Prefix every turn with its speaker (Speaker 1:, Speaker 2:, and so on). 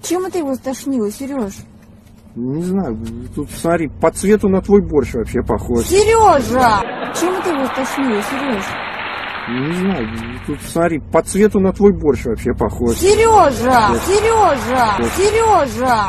Speaker 1: Чем это его стошнило, Сереж?
Speaker 2: Не знаю, тут смотри, по цвету на твой борщ вообще похож.
Speaker 1: Сережа! Чем это его стошнило, Сереж?
Speaker 2: Не знаю, тут смотри, по цвету на твой борщ вообще похож.
Speaker 1: Сережа! Сережа! Сережа!